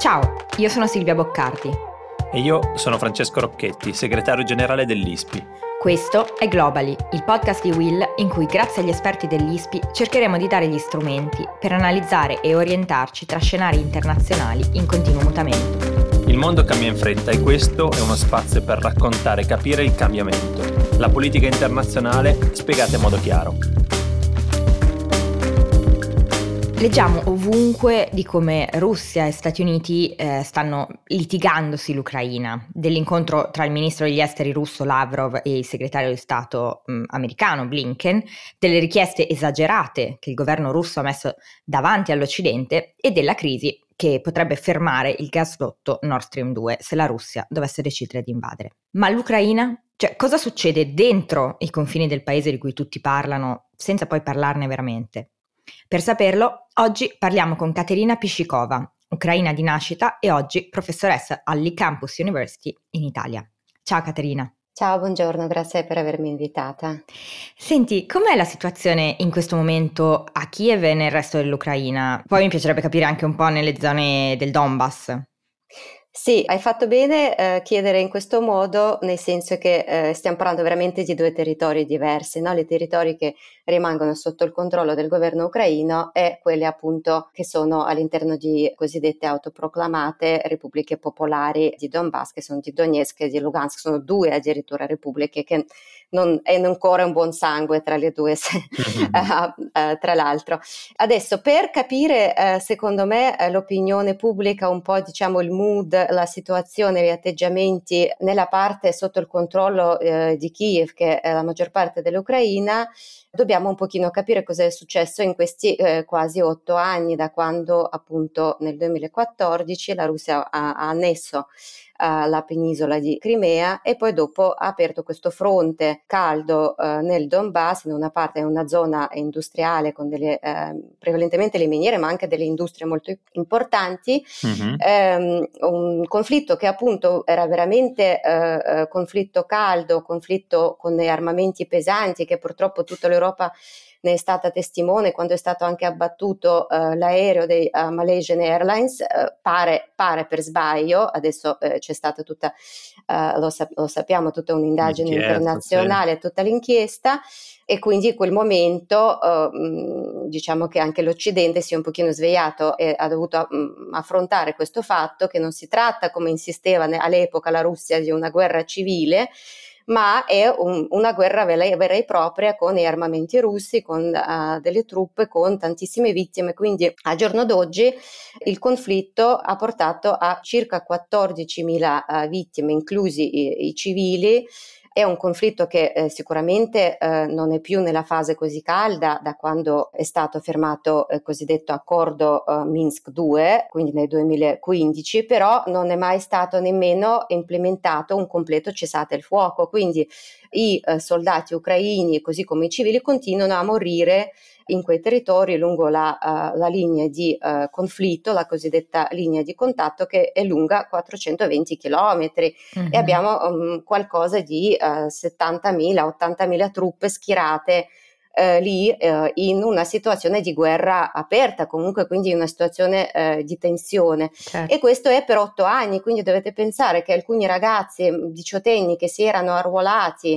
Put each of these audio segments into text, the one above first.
Ciao, io sono Silvia Boccardi. E io sono Francesco Rocchetti, segretario generale dell'ISPI. Questo è Globally, il podcast di Will in cui grazie agli esperti dell'ISPI cercheremo di dare gli strumenti per analizzare e orientarci tra scenari internazionali in continuo mutamento. Il mondo cambia in fretta e questo è uno spazio per raccontare e capire il cambiamento. La politica internazionale spiegata in modo chiaro. Leggiamo ovunque di come Russia e Stati Uniti stanno litigandosi l'Ucraina, dell'incontro tra il ministro degli esteri russo Lavrov e il segretario di Stato americano Blinken, delle richieste esagerate che il governo russo ha messo davanti all'Occidente e della crisi che potrebbe fermare il gasdotto Nord Stream 2 se la Russia dovesse decidere di invadere. Ma l'Ucraina? Cioè, cosa succede dentro i confini del paese di cui tutti parlano, senza poi parlarne veramente? Per saperlo, oggi parliamo con Katerina Piscikova, ucraina di nascita e oggi professoressa all'I Campus University in Italia. Ciao Katerina. Ciao, buongiorno, grazie per avermi invitata. Senti, com'è la situazione in questo momento a Kiev e nel resto dell'Ucraina? Poi mi piacerebbe capire anche un po' nelle zone del Donbass. Sì, hai fatto bene chiedere in questo modo, nel senso che stiamo parlando veramente di due territori diversi, no? I territori che rimangono sotto il controllo del governo ucraino e quelli appunto che sono all'interno di cosiddette autoproclamate repubbliche popolari di Donbass, che sono di Donetsk e di Lugansk, sono due addirittura repubbliche che non corre un buon sangue tra le due, tra l'altro. Adesso per capire secondo me l'opinione pubblica, un po' diciamo il mood, la situazione, gli atteggiamenti nella parte sotto il controllo di Kiev, che è la maggior parte dell'Ucraina, dobbiamo un pochino capire cosa è successo in questi quasi 8 anni, da quando appunto nel 2014 la Russia ha annesso la penisola di Crimea e poi dopo ha aperto questo fronte caldo nel Donbass, in una zona industriale con delle prevalentemente le miniere, ma anche delle industrie molto importanti. Un conflitto che appunto era veramente conflitto caldo, conflitto con armamenti pesanti, che purtroppo tutta l'Europa ne è stata testimone quando è stato anche abbattuto l'aereo dei Malaysian Airlines, pare per sbaglio. Adesso c'è stata tutta, lo sappiamo, tutta un'indagine internazionale, sì. Tutta l'inchiesta, e quindi in quel momento diciamo che anche l'Occidente si è un pochino svegliato e ha dovuto affrontare questo fatto, che non si tratta, come insisteva all'epoca la Russia, di una guerra civile, ma è una guerra vera e propria, con gli armamenti russi, con delle truppe, con tantissime vittime. Quindi a giorno d'oggi il conflitto ha portato a circa 14.000 vittime, inclusi i civili. È un conflitto che sicuramente non è più nella fase così calda da quando è stato firmato il cosiddetto accordo Minsk 2, quindi nel 2015, però non è mai stato nemmeno implementato un completo cessate il fuoco, quindi i soldati ucraini, così come i civili, continuano a morire in quei territori lungo la linea di conflitto, la cosiddetta linea di contatto, che è lunga 420 chilometri. E abbiamo qualcosa di 70.000, 80.000 truppe schierate lì in una situazione di guerra aperta, comunque, quindi in una situazione di tensione. Certo. E questo è per 8 anni, quindi dovete pensare che alcuni ragazzi diciottenni che si erano arruolati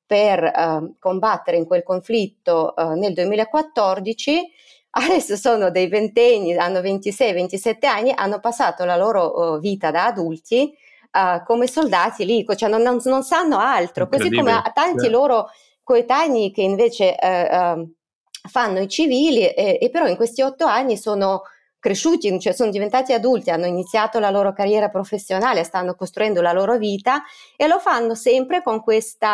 per combattere in quel conflitto nel 2014, adesso sono dei ventenni, hanno 26-27 anni, hanno passato la loro vita da adulti come soldati lì, cioè non sanno altro, così come tanti loro coetanei che invece fanno i civili e però in questi 8 anni sono cresciuti, cioè sono diventati adulti, hanno iniziato la loro carriera professionale, stanno costruendo la loro vita e lo fanno sempre con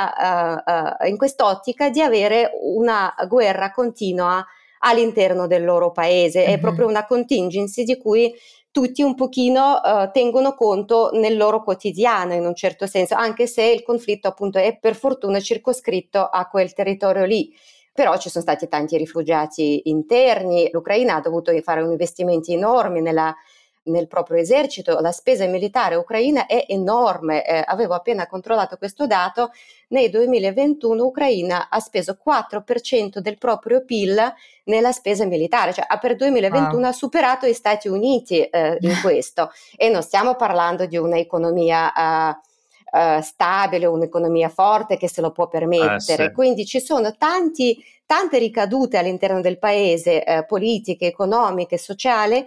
in quest'ottica di avere una guerra continua all'interno del loro paese. È proprio una contingency di cui tutti un pochino tengono conto nel loro quotidiano, in un certo senso, anche se il conflitto appunto è per fortuna circoscritto a quel territorio lì. Però ci sono stati tanti rifugiati interni, l'Ucraina ha dovuto fare investimenti enormi nel proprio esercito. La spesa militare ucraina è enorme, avevo appena controllato questo dato, nel 2021 Ucraina ha speso 4% del proprio PIL nella spesa militare, cioè per 2021 ha superato gli Stati Uniti in questo, e non stiamo parlando di un'economia stabile, un'economia forte che se lo può permettere. Sì. Quindi ci sono tante ricadute all'interno del paese, politiche, economiche, sociali,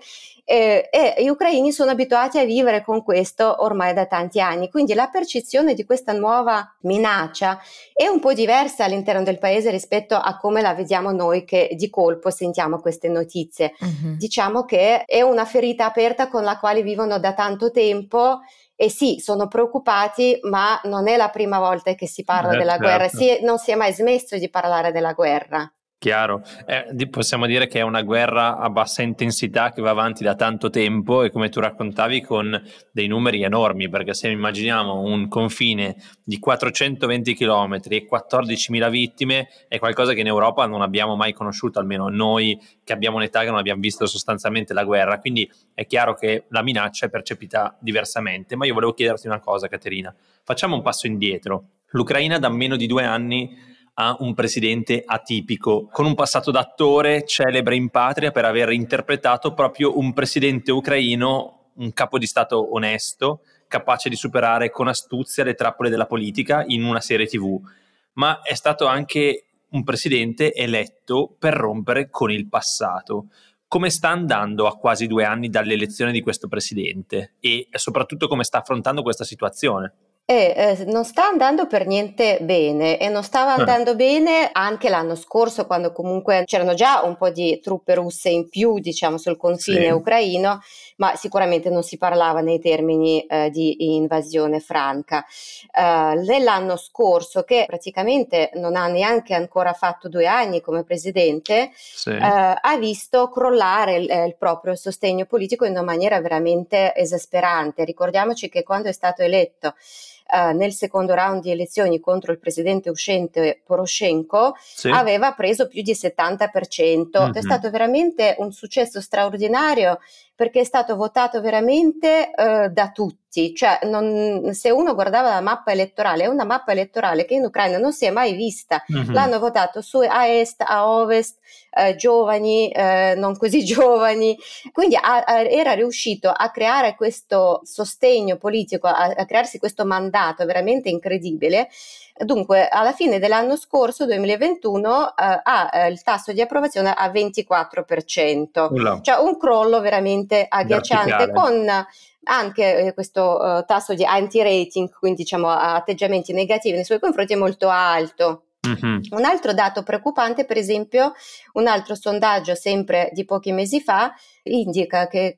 e gli ucraini sono abituati a vivere con questo ormai da tanti anni. Quindi la percezione di questa nuova minaccia è un po' diversa all'interno del paese rispetto a come la vediamo noi che di colpo sentiamo queste notizie. Diciamo che è una ferita aperta con la quale vivono da tanto tempo. E sì, sono preoccupati, ma non è la prima volta che si parla della guerra, non si è mai smesso di parlare della guerra. Chiaro, possiamo dire che è una guerra a bassa intensità che va avanti da tanto tempo, e come tu raccontavi con dei numeri enormi, perché se immaginiamo un confine di 420 km e 14.000 vittime, è qualcosa che in Europa non abbiamo mai conosciuto, almeno noi che abbiamo un'età che non abbiamo visto sostanzialmente la guerra, quindi è chiaro che la minaccia è percepita diversamente. Ma io volevo chiederti una cosa, Caterina, facciamo un passo indietro. L'Ucraina da meno di 2 anni ha un presidente atipico, con un passato d'attore celebre in patria per aver interpretato proprio un presidente ucraino, un capo di stato onesto, capace di superare con astuzia le trappole della politica in una serie TV, ma è stato anche un presidente eletto per rompere con il passato. Come sta andando a quasi 2 anni dall'elezione di questo presidente, e soprattutto come sta affrontando questa situazione? Non sta andando per niente bene, e non stava andando bene anche l'anno scorso, quando comunque c'erano già un po' di truppe russe in più, diciamo, sul confine ucraino, ma sicuramente non si parlava nei termini di invasione franca. Nell'anno scorso, che praticamente non ha neanche ancora fatto 2 anni come presidente, ha visto crollare il proprio sostegno politico in una maniera veramente esasperante. Ricordiamoci che quando è stato eletto nel secondo round di elezioni contro il presidente uscente Poroshenko, aveva preso più di 70%. È stato veramente un successo straordinario, perché è stato votato veramente da tutti. Cioè, se uno guardava la mappa elettorale, è una mappa elettorale che in Ucraina non si è mai vista. L'hanno votato su a est, a ovest, giovani, non così giovani. Quindi era riuscito a creare questo sostegno politico, a crearsi questo mandato veramente incredibile. Dunque, alla fine dell'anno scorso, 2021, ha il tasso di approvazione a 24%, cioè un crollo veramente agghiacciante, con anche questo tasso di anti-rating, quindi diciamo atteggiamenti negativi nei suoi confronti, è molto alto. Un altro dato preoccupante, per esempio, un altro sondaggio sempre di pochi mesi fa indica che il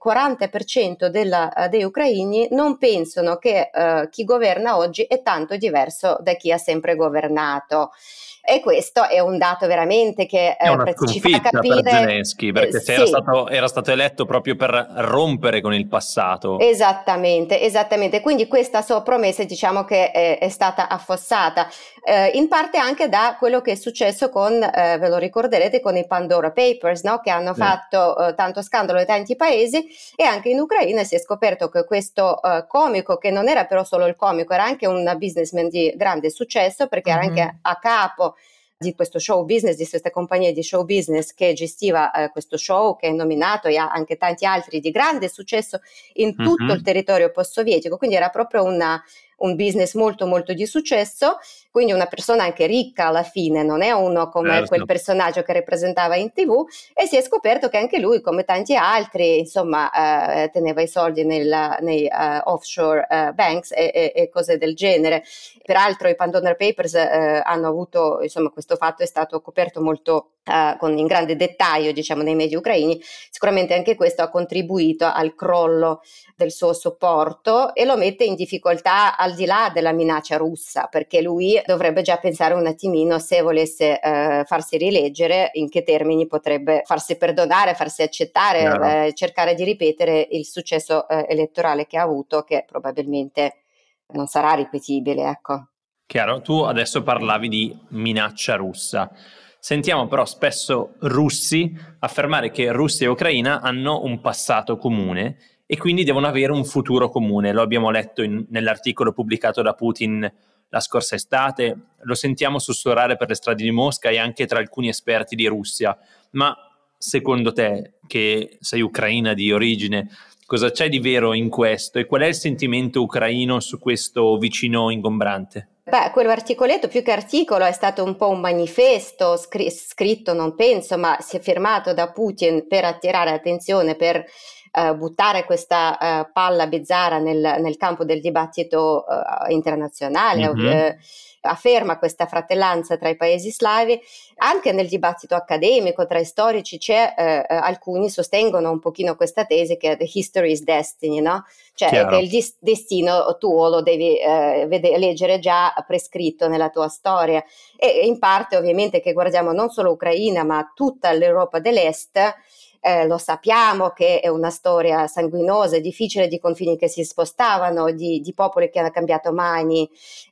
40% dei ucraini non pensano che chi governa oggi è tanto diverso da chi ha sempre governato. E questo è un dato veramente che è una ci fa capire per Zelensky, perché era stato eletto proprio per rompere con il passato. Esattamente. Quindi questa sua promessa, diciamo che è stata affossata, in parte anche da quello che è successo con, ve lo ricorderete, con i Pandora Papers, no? Che hanno fatto tanto scandalo in tanti paesi, e anche in Ucraina si è scoperto che questo comico, che non era però solo il comico, era anche un businessman di grande successo, perché era anche a capo di questo show business, di questa compagnia di show business che gestiva questo show, che è nominato, e ha anche tanti altri di grande successo in tutto il territorio post-sovietico. Quindi era proprio un business molto molto di successo, quindi una persona anche ricca alla fine, non è uno come quel personaggio che rappresentava in TV, e si è scoperto che anche lui, come tanti altri, insomma, teneva i soldi nei offshore banks e cose del genere. Peraltro i Pandora Papers hanno avuto, insomma, questo fatto è stato coperto molto in grande dettaglio, diciamo, nei media ucraini. Sicuramente anche questo ha contribuito al crollo del suo supporto, e lo mette in difficoltà al di là della minaccia russa, perché lui dovrebbe già pensare un attimino, se volesse farsi rieleggere, in che termini potrebbe farsi perdonare, farsi accettare, cercare di ripetere il successo elettorale che ha avuto, che probabilmente non sarà ripetibile, ecco. Chiaro, tu adesso parlavi di minaccia russa. Sentiamo però spesso russi affermare che Russia e Ucraina hanno un passato comune, e quindi devono avere un futuro comune. Lo abbiamo letto nell'articolo pubblicato da Putin la scorsa estate, lo sentiamo sussurrare per le strade di Mosca e anche tra alcuni esperti di Russia. Ma secondo te, che sei ucraina di origine, cosa c'è di vero in questo e qual è il sentimento ucraino su questo vicino ingombrante? Beh, quell'articoletto più che articolo è stato un po' un manifesto scritto, non penso, ma si è firmato da Putin per attirare attenzione, per buttare questa palla bizzarra nel campo del dibattito internazionale. Mm-hmm. Afferma questa fratellanza tra i paesi slavi. Anche nel dibattito accademico tra i storici alcuni sostengono un pochino questa tesi che the history is destiny, no? Cioè che il destino tuo lo devi leggere già prescritto nella tua storia, e in parte ovviamente che guardiamo non solo Ucraina ma tutta l'Europa dell'Est. Lo sappiamo che è una storia sanguinosa, difficile, di confini che si spostavano, di popoli che hanno cambiato mani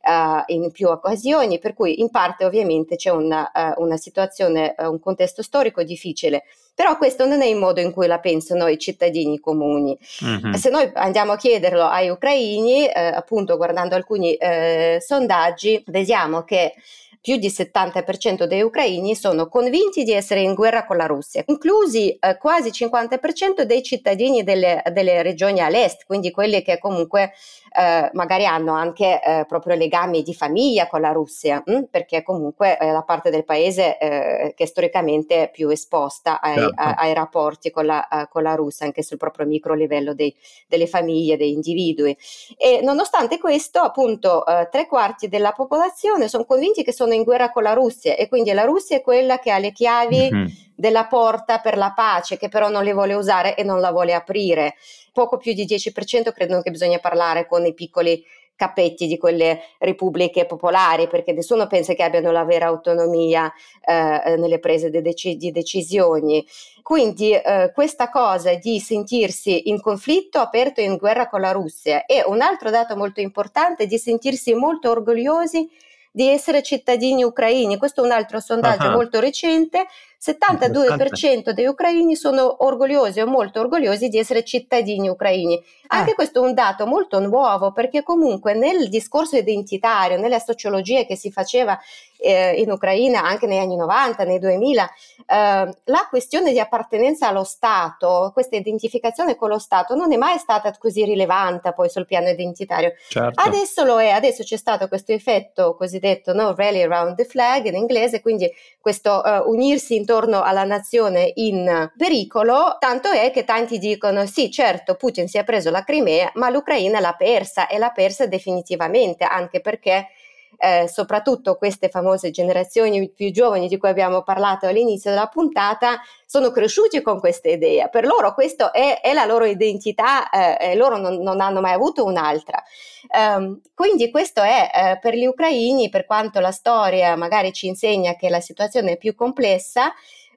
in più occasioni, per cui in parte ovviamente c'è una situazione, un contesto storico difficile, però questo non è il modo in cui la pensano i cittadini comuni. Mm-hmm. Se noi andiamo a chiederlo ai ucraini, appunto guardando alcuni sondaggi, vediamo che più di 70% degli ucraini sono convinti di essere in guerra con la Russia, inclusi quasi 50% dei cittadini delle regioni all'est, quindi quelli che comunque magari hanno anche proprio legami di famiglia con la Russia, perché comunque è la parte del paese che è storicamente più esposta ai rapporti con la Russia, anche sul proprio micro livello delle famiglie, degli individui. E nonostante questo, appunto, 3/4 della popolazione sono convinti che sono in guerra con la Russia, e quindi la Russia è quella che ha le chiavi della porta per la pace, che però non le vuole usare e non la vuole aprire. Poco più di 10% credono che bisogna parlare con i piccoli capetti di quelle repubbliche popolari, perché nessuno pensa che abbiano la vera autonomia nelle prese di decisioni. Quindi questa cosa di sentirsi in conflitto aperto, in guerra con la Russia, e un altro dato molto importante, di sentirsi molto orgogliosi di essere cittadini ucraini. Questo è un altro sondaggio molto recente. 72% degli ucraini sono orgogliosi o molto orgogliosi di essere cittadini ucraini. Anche questo è un dato molto nuovo, perché comunque nel discorso identitario, nella sociologia che si faceva in Ucraina anche negli anni 90, nei 2000, la questione di appartenenza allo Stato, questa identificazione con lo Stato, non è mai stata così rilevante poi sul piano identitario. Certo. Adesso lo è, adesso c'è stato questo effetto cosiddetto rally around the flag in inglese, quindi questo unirsi intorno alla nazione in pericolo, tanto è che tanti dicono sì, certo, Putin si è preso la Crimea, ma l'Ucraina l'ha persa, e l'ha persa definitivamente, anche perché soprattutto queste famose generazioni più giovani di cui abbiamo parlato all'inizio della puntata sono cresciuti con questa idea. Per loro questo è la loro identità, loro non hanno mai avuto un'altra. Quindi questo è per gli ucraini, per quanto la storia magari ci insegna che la situazione è più complessa,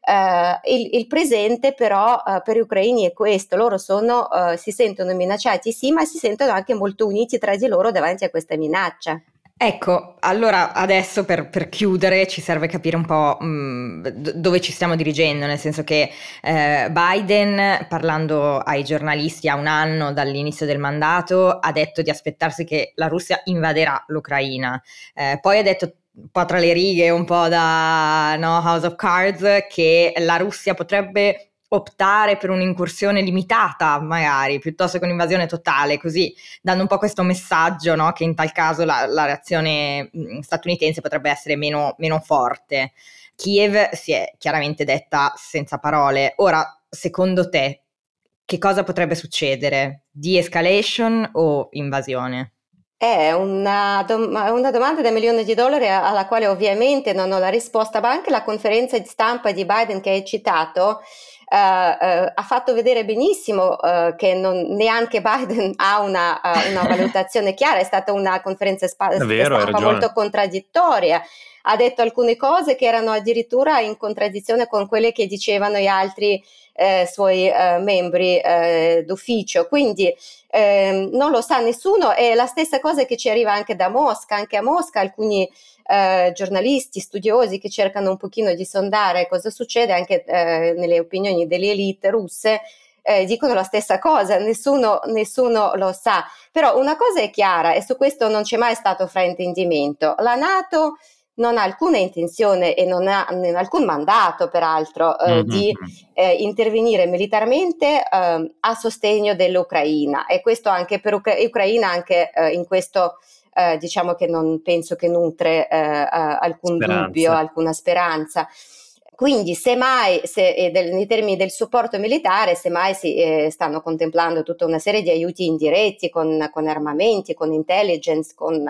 il presente però per gli ucraini è questo: loro si sentono minacciati, sì, ma si sentono anche molto uniti tra di loro davanti a questa minaccia. Ecco, allora adesso per chiudere ci serve capire un po' dove ci stiamo dirigendo, nel senso che Biden, parlando ai giornalisti a un anno dall'inizio del mandato, ha detto di aspettarsi che la Russia invaderà l'Ucraina, poi ha detto un po' tra le righe, un po' da House of Cards, che la Russia potrebbe optare per un'incursione limitata magari, piuttosto che un'invasione totale, così dando un po' questo messaggio, no? Che in tal caso la reazione statunitense potrebbe essere meno forte. Kiev si è chiaramente detta senza parole. Ora, secondo te, che cosa potrebbe succedere? De-escalation o invasione? È una domanda da $1.000.000 alla quale ovviamente non ho la risposta, ma anche la conferenza di stampa di Biden che hai citato ha fatto vedere benissimo che neanche Biden ha una valutazione chiara. È stata una conferenza stampa molto contraddittoria. Ha detto alcune cose che erano addirittura in contraddizione con quelle che dicevano gli altri suoi membri d'ufficio, quindi non lo sa nessuno. E la stessa cosa che ci arriva anche da Mosca. Anche a Mosca alcuni giornalisti, studiosi che cercano un pochino di sondare cosa succede anche nelle opinioni delle elite russe, dicono la stessa cosa, nessuno lo sa. Però una cosa è chiara, e su questo non c'è mai stato fraintendimento: la NATO non ha alcuna intenzione e non ha alcun mandato, peraltro, di intervenire militarmente a sostegno dell'Ucraina, e questo anche per Ucraina, anche in questo diciamo che non penso che nutre alcun dubbio, alcuna speranza. Quindi semmai, nei termini del supporto militare, semmai si stanno contemplando tutta una serie di aiuti indiretti con armamenti, con intelligence, con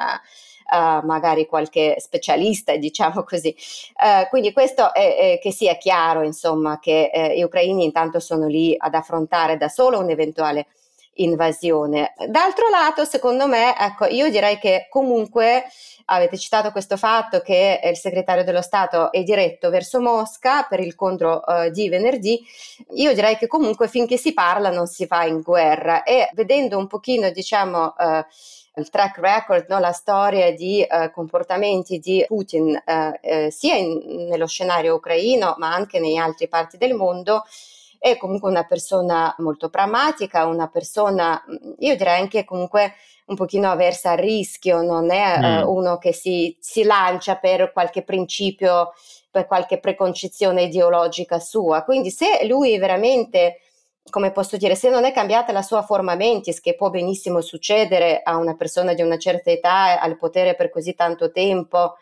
magari qualche specialista, diciamo così. Quindi questo è che sia chiaro, insomma, che gli ucraini intanto sono lì ad affrontare da solo un'eventuale invasione. D'altro lato, secondo me, ecco, io direi che comunque avete citato questo fatto che il segretario dello Stato è diretto verso Mosca per l'incontro di venerdì. Io direi che comunque finché si parla non si va in guerra, e vedendo un pochino, diciamo, il track record, no, la storia di comportamenti di Putin sia nello scenario ucraino ma anche negli altri parti del mondo, è comunque una persona molto pragmatica, una persona, io direi anche comunque un pochino avversa al rischio, non è uno che si lancia per qualche principio, per qualche preconcezione ideologica sua. Quindi se lui veramente, come posso dire, se non è cambiata la sua forma mentis, che può benissimo succedere a una persona di una certa età al potere per così tanto tempo,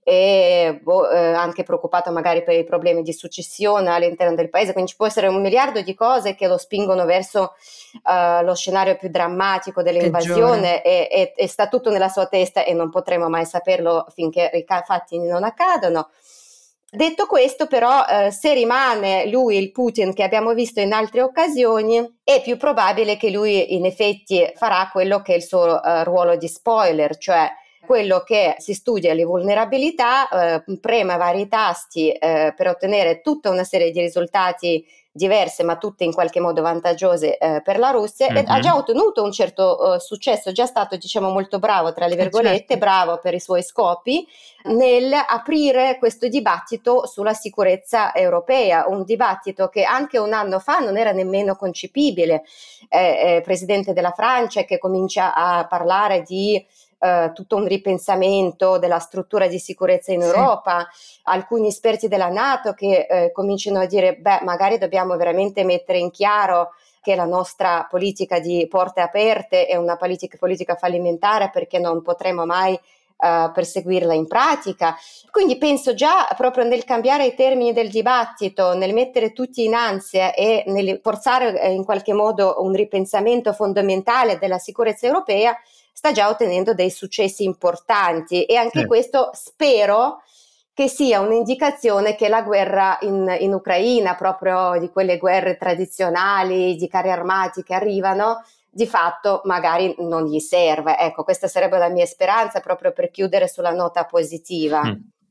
e anche preoccupato magari per i problemi di successione all'interno del paese, quindi ci può essere 1 miliardo di cose che lo spingono verso lo scenario più drammatico dell'invasione, e sta tutto nella sua testa e non potremo mai saperlo finché i fatti non accadono. Detto questo, però, se rimane lui il Putin che abbiamo visto in altre occasioni, è più probabile che lui in effetti farà quello che è il suo ruolo di spoiler, cioè quello che si studia le vulnerabilità, prema vari tasti per ottenere tutta una serie di risultati diverse, ma tutte in qualche modo vantaggiose per la Russia, e ha già ottenuto un certo successo, è già stato, diciamo, molto bravo, tra le virgolette, certo. bravo per i suoi scopi, nel aprire questo dibattito sulla sicurezza europea, un dibattito che anche un anno fa non era nemmeno concepibile. Presidente della Francia che comincia a parlare di tutto un ripensamento della struttura di sicurezza in Europa, alcuni esperti della NATO che cominciano a dire magari dobbiamo veramente mettere in chiaro che la nostra politica di porte aperte è una politica fallimentare, perché non potremo mai perseguirla in pratica. Quindi penso già proprio nel cambiare i termini del dibattito, nel mettere tutti in ansia e nel forzare in qualche modo un ripensamento fondamentale della sicurezza europea, sta già ottenendo dei successi importanti, e anche questo spero che sia un'indicazione che la guerra in Ucraina, proprio di quelle guerre tradizionali di carri armati che arrivano, di fatto magari non gli serve. Ecco, questa sarebbe la mia speranza, proprio per chiudere sulla nota positiva.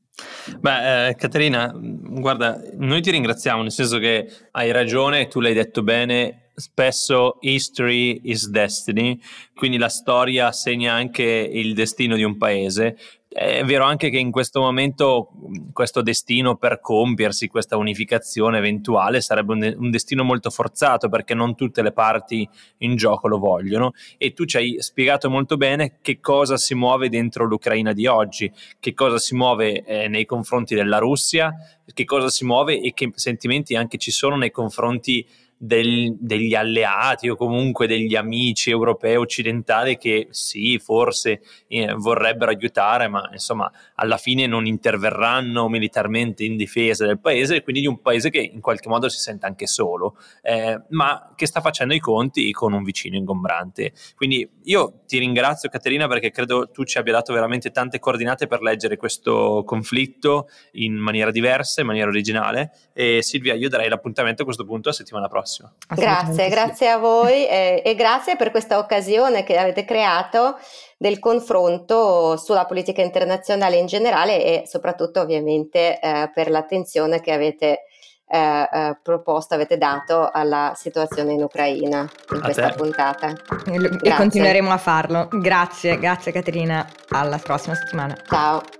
Caterina, guarda, noi ti ringraziamo, nel senso che hai ragione, tu l'hai detto bene, spesso history is destiny, quindi la storia segna anche il destino di un paese. È vero anche che in questo momento questo destino per compiersi, questa unificazione eventuale, sarebbe un destino molto forzato, perché non tutte le parti in gioco lo vogliono, e tu ci hai spiegato molto bene che cosa si muove dentro l'Ucraina di oggi, che cosa si muove nei confronti della Russia, che cosa si muove e che sentimenti anche ci sono nei confronti degli alleati o comunque degli amici europei occidentali, che sì, forse vorrebbero aiutare, ma insomma alla fine non interverranno militarmente in difesa del paese, e quindi di un paese che in qualche modo si sente anche solo, ma che sta facendo i conti con un vicino ingombrante. Quindi io ti ringrazio, Caterina, perché credo tu ci abbia dato veramente tante coordinate per leggere questo conflitto in maniera diversa, in maniera originale. E Silvia, io darei l'appuntamento a questo punto a settimana prossima. Grazie a voi e grazie per questa occasione che avete creato del confronto sulla politica internazionale in generale, e soprattutto ovviamente per l'attenzione che avete proposto, avete dato alla situazione in Ucraina in questa puntata. E continueremo a farlo. Grazie Caterina, alla prossima settimana. Ciao.